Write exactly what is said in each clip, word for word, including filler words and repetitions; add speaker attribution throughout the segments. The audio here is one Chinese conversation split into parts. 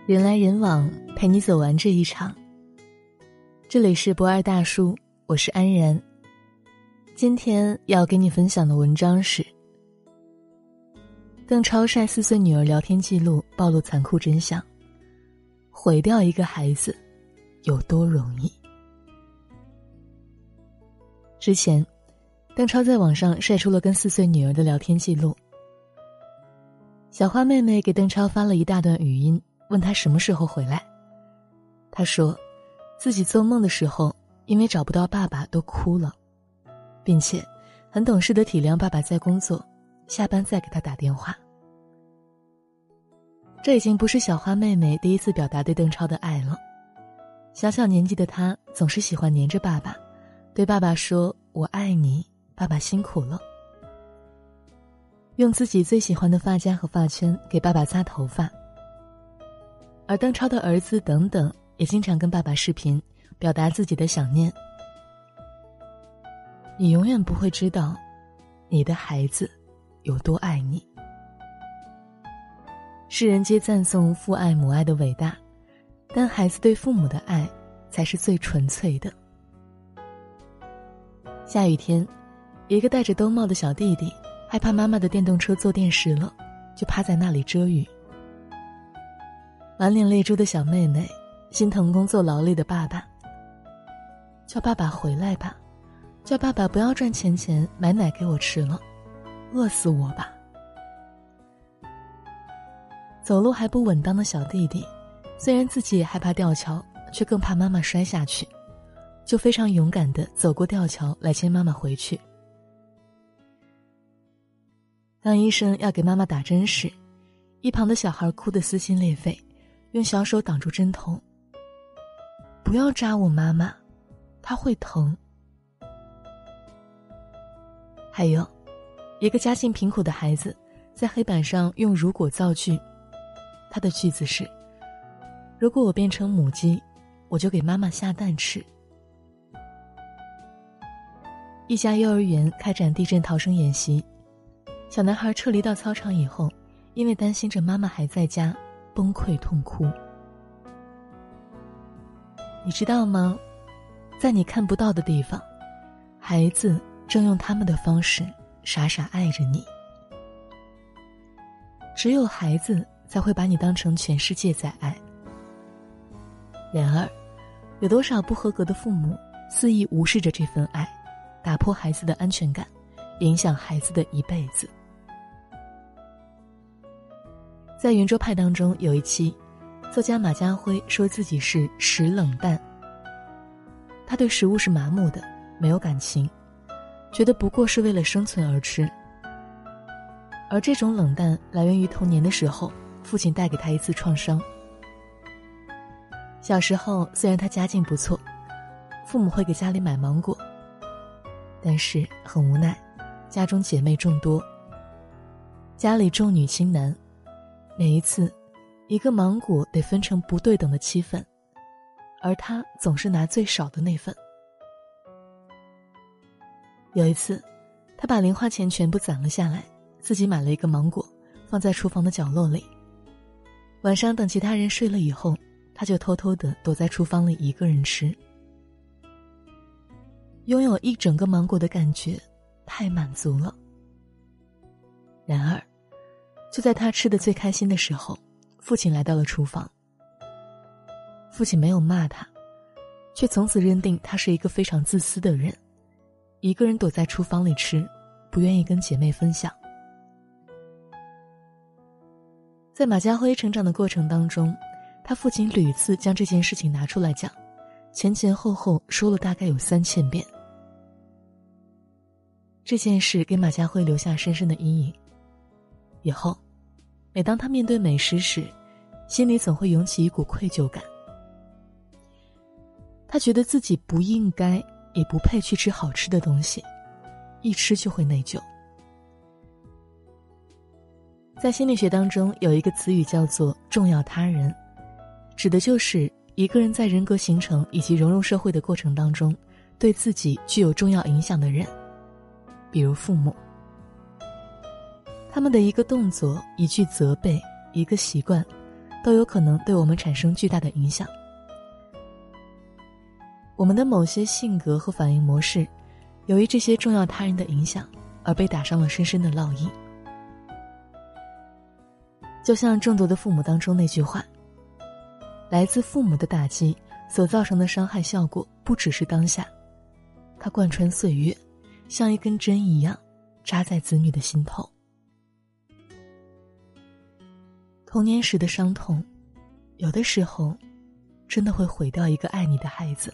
Speaker 1: 人来人往，陪你走完这一场。这里是不二大叔，我是安然。今天要给你分享的文章是邓超晒四岁女儿聊天记录，暴露残酷真相，毁掉一个孩子有多容易。之前邓超在网上晒出了跟四岁女儿的聊天记录，小花妹妹给邓超发了一大段语音，问他什么时候回来。他说自己做梦的时候因为找不到爸爸都哭了，并且很懂事地体谅爸爸在工作，下班再给他打电话。这已经不是小花妹妹第一次表达对邓超的爱了。小小年纪的她总是喜欢黏着爸爸，对爸爸说我爱你，爸爸辛苦了，用自己最喜欢的发夹和发圈给爸爸擦头发。而邓超的儿子等等也经常跟爸爸视频，表达自己的想念。你永远不会知道你的孩子有多爱你。世人皆赞颂父爱母爱的伟大，但孩子对父母的爱才是最纯粹的。下雨天，一个戴着兜帽的小弟弟害怕妈妈的电动车坐电池了，就趴在那里遮雨。满脸泪珠的小妹妹心疼工作劳累的爸爸，叫爸爸回来吧，叫爸爸不要赚钱钱买奶给我吃了，饿死我吧。走路还不稳当的小弟弟，虽然自己也害怕吊桥，却更怕妈妈摔下去，就非常勇敢地走过吊桥来牵妈妈回去。当医生要给妈妈打针时，一旁的小孩哭得撕心裂肺，用小手挡住针头。不要扎我妈妈，她会疼。还有一个家境贫苦的孩子在黑板上用如果造句，他的句子是：如果我变成母鸡，我就给妈妈下蛋吃。一家幼儿园开展地震逃生演习，小男孩撤离到操场以后，因为担心着妈妈还在家，崩溃痛哭。你知道吗？在你看不到的地方，孩子正用他们的方式傻傻爱着你。只有孩子才会把你当成全世界在爱。然而，有多少不合格的父母肆意无视着这份爱，打破孩子的安全感，影响孩子的一辈子。在圆桌派当中有一期，作家马家辉说自己是食冷淡。他对食物是麻木的，没有感情，觉得不过是为了生存而吃。而这种冷淡来源于童年的时候父亲带给他一次创伤。小时候虽然他家境不错，父母会给家里买芒果，但是很无奈，家中姐妹众多，家里重女轻男，每一次一个芒果得分成不对等的七份，而他总是拿最少的那份。有一次他把零花钱全部攒了下来，自己买了一个芒果放在厨房的角落里。晚上等其他人睡了以后，他就偷偷地躲在厨房里一个人吃。拥有一整个芒果的感觉太满足了。然而就在他吃得最开心的时候，父亲来到了厨房。父亲没有骂他，却从此认定他是一个非常自私的人，一个人躲在厨房里吃，不愿意跟姐妹分享。在马家辉成长的过程当中，他父亲屡次将这件事情拿出来讲，前前后后说了大概有三千遍。这件事给马家辉留下深深的阴影。以后每当他面对美食时，心里总会涌起一股愧疚感。他觉得自己不应该也不配去吃好吃的东西，一吃就会内疚。在心理学当中有一个词语叫做重要他人，指的就是一个人在人格形成以及融入社会的过程当中，对自己具有重要影响的人，比如父母。他们的一个动作，一句责备，一个习惯， 都有可能对我们产生巨大的影响。我们的某些性格和反应模式，由于这些重要他人的影响，而被打上了深深的烙印。就像《中毒的父母》当中那句话，来自父母的打击所造成的伤害效果不只是当下，它贯穿岁月，像一根针一样扎在子女的心头。童年时的伤痛，有的时候真的会毁掉一个爱你的孩子。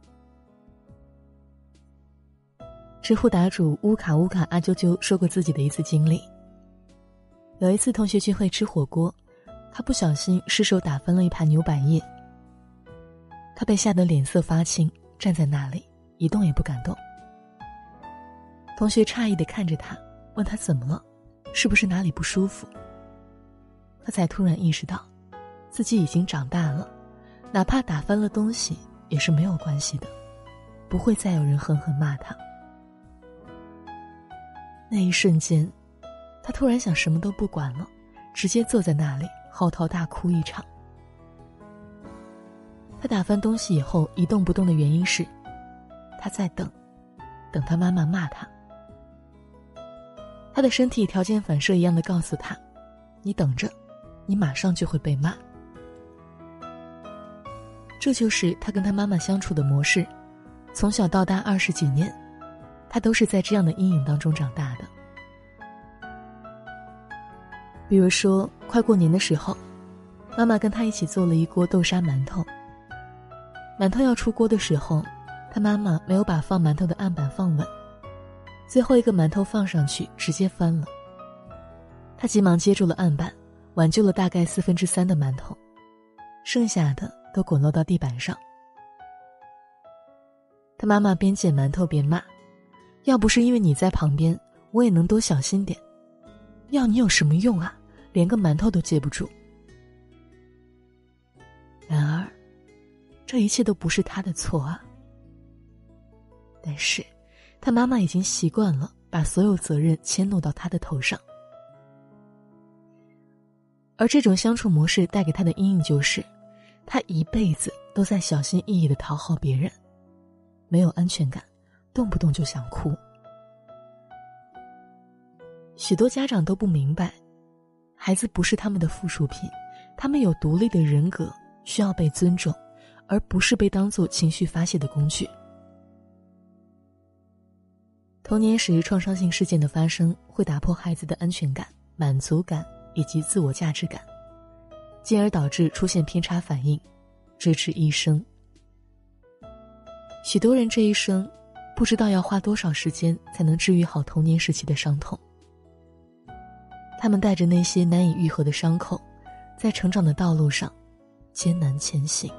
Speaker 1: 知乎答主乌卡乌卡阿啾啾说过自己的一次经历。有一次同学聚会吃火锅，他不小心失手打翻了一盘牛百叶，他被吓得脸色发青，站在那里一动也不敢动。同学诧异地看着他，问他怎么了，是不是哪里不舒服。他才突然意识到自己已经长大了，哪怕打翻了东西也是没有关系的，不会再有人狠狠骂他。那一瞬间，他突然想什么都不管了，直接坐在那里嚎啕大哭一场。他打翻东西以后一动不动的原因是，他在等，等他妈妈骂他。他的身体条件反射一样的告诉他，你等着，你马上就会被骂。这就是他跟他妈妈相处的模式，从小到大二十几年，他都是在这样的阴影当中长大的。比如说快过年的时候，妈妈跟他一起做了一锅豆沙馒头。馒头要出锅的时候，他妈妈没有把放馒头的案板放稳，最后一个馒头放上去直接翻了。他急忙接住了案板，挽救了大概四分之三的馒头，剩下的都滚落到地板上。他妈妈边捡馒头边骂，要不是因为你在旁边，我也能多小心点，要你有什么用啊，连个馒头都接不住。然而这一切都不是他的错啊，但是他妈妈已经习惯了把所有责任迁怒到他的头上。而这种相处模式带给他的阴影就是，他一辈子都在小心翼翼地讨好别人，没有安全感，动不动就想哭。许多家长都不明白，孩子不是他们的附属品，他们有独立的人格，需要被尊重，而不是被当作情绪发泄的工具。童年时创伤性事件的发生会打破孩子的安全感、满足感以及自我价值感，进而导致出现偏差反应，直至一生。许多人这一生不知道要花多少时间才能治愈好童年时期的伤痛。他们带着那些难以愈合的伤口，在成长的道路上艰难前行。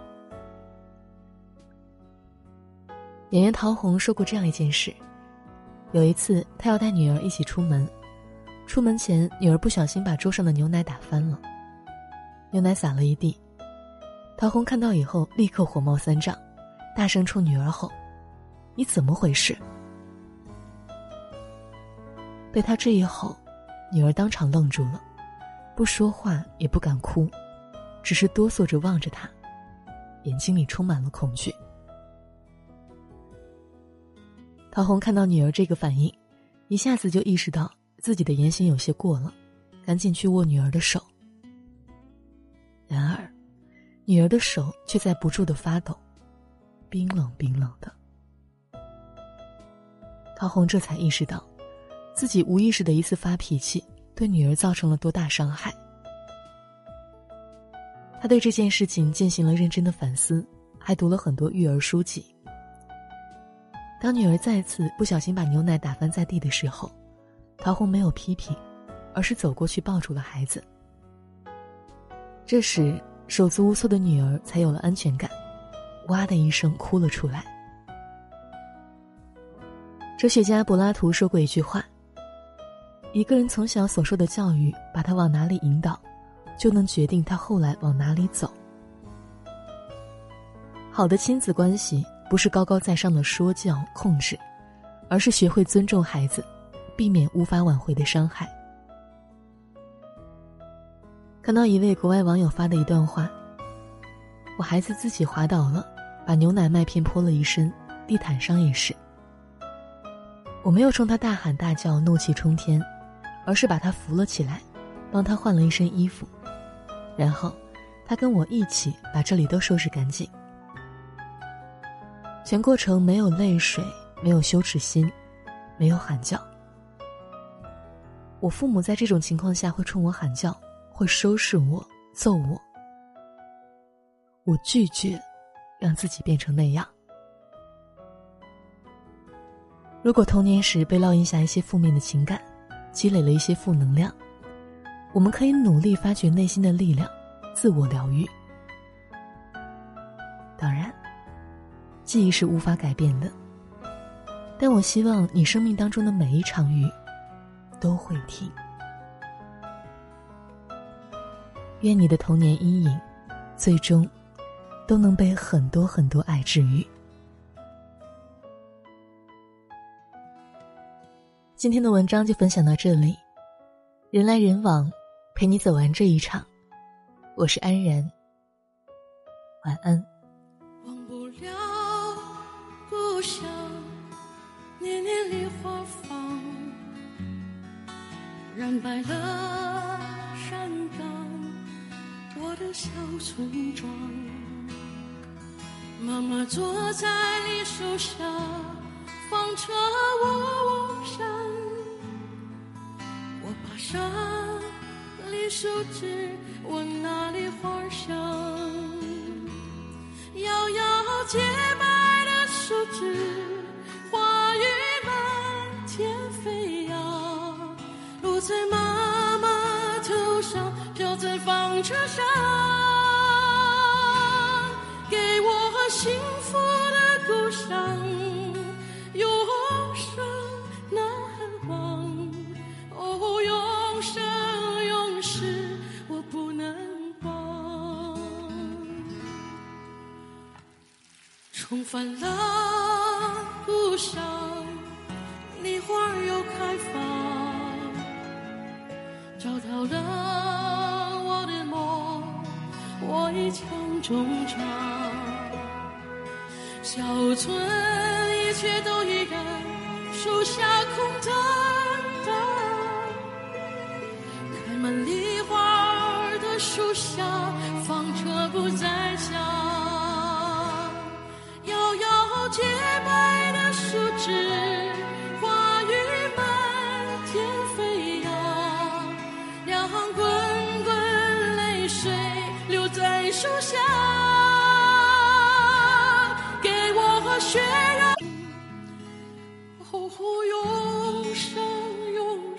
Speaker 1: 演员陶虹说过这样一件事，有一次她要带女儿一起出门，出门前女儿不小心把桌上的牛奶打翻了，牛奶洒了一地。陶虹看到以后立刻火冒三丈，大声冲女儿吼，你怎么回事？被她这一吼，女儿当场愣住了，不说话也不敢哭，只是哆嗦着望着他，眼睛里充满了恐惧。陶虹看到女儿这个反应，一下子就意识到自己的言行有些过了，赶紧去握女儿的手。然而女儿的手却在不住地发抖，冰冷冰冷的。陶虹这才意识到自己无意识的一次发脾气对女儿造成了多大伤害。他对这件事情进行了认真的反思，还读了很多育儿书籍。当女儿再次不小心把牛奶打翻在地的时候，陶虹没有批评，而是走过去抱住了孩子。这时手足无措的女儿才有了安全感，哇的一声哭了出来。哲学家柏拉图说过一句话，一个人从小所受的教育把他往哪里引导，就能决定他后来往哪里走。好的亲子关系不是高高在上的说教控制，而是学会尊重孩子，避免无法挽回的伤害。 看到一位国外网友发的一段话：我孩子自己滑倒了，把牛奶麦片泼了一身，地毯上也是。我没有冲他大喊大叫，怒气冲天，而是把他扶了起来，帮他换了一身衣服，然后他跟我一起把这里都收拾干净。全过程没有泪水，没有羞耻心，没有喊叫。我父母在这种情况下会冲我喊叫，会收拾我，揍我。我拒绝让自己变成那样。如果童年时被烙印下一些负面的情感，积累了一些负能量，我们可以努力发掘内心的力量，自我疗愈。当然，记忆是无法改变的，但我希望你生命当中的每一场雨都会停。愿你的童年阴影最终都能被很多很多爱治愈。今天的文章就分享到这里，人来人往，陪你走完这一场。我是安然，晚安。
Speaker 2: 忘不了故乡，年年梨花放，染白了山岗，我的小村庄。妈妈坐在梨树下，放着我望山，我爬上梨树枝，闻那梨花香，摇摇洁白的树枝，花雨满天飞扬，落在妈妈头上，飘在纺车上，给我幸福的故乡，永生难忘。哦，永生永世我不能忘。重返了故乡，梨花又开放，找到了我的梦，我已强中唱。小村一切都依然，树下空荡荡，开满梨花的树下，纺车不再响，摇摇洁白的树枝，花雨满天飞扬，让滚滚泪水流在树下，给我血染，哦，永生永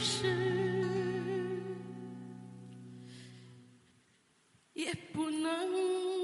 Speaker 2: 世也不能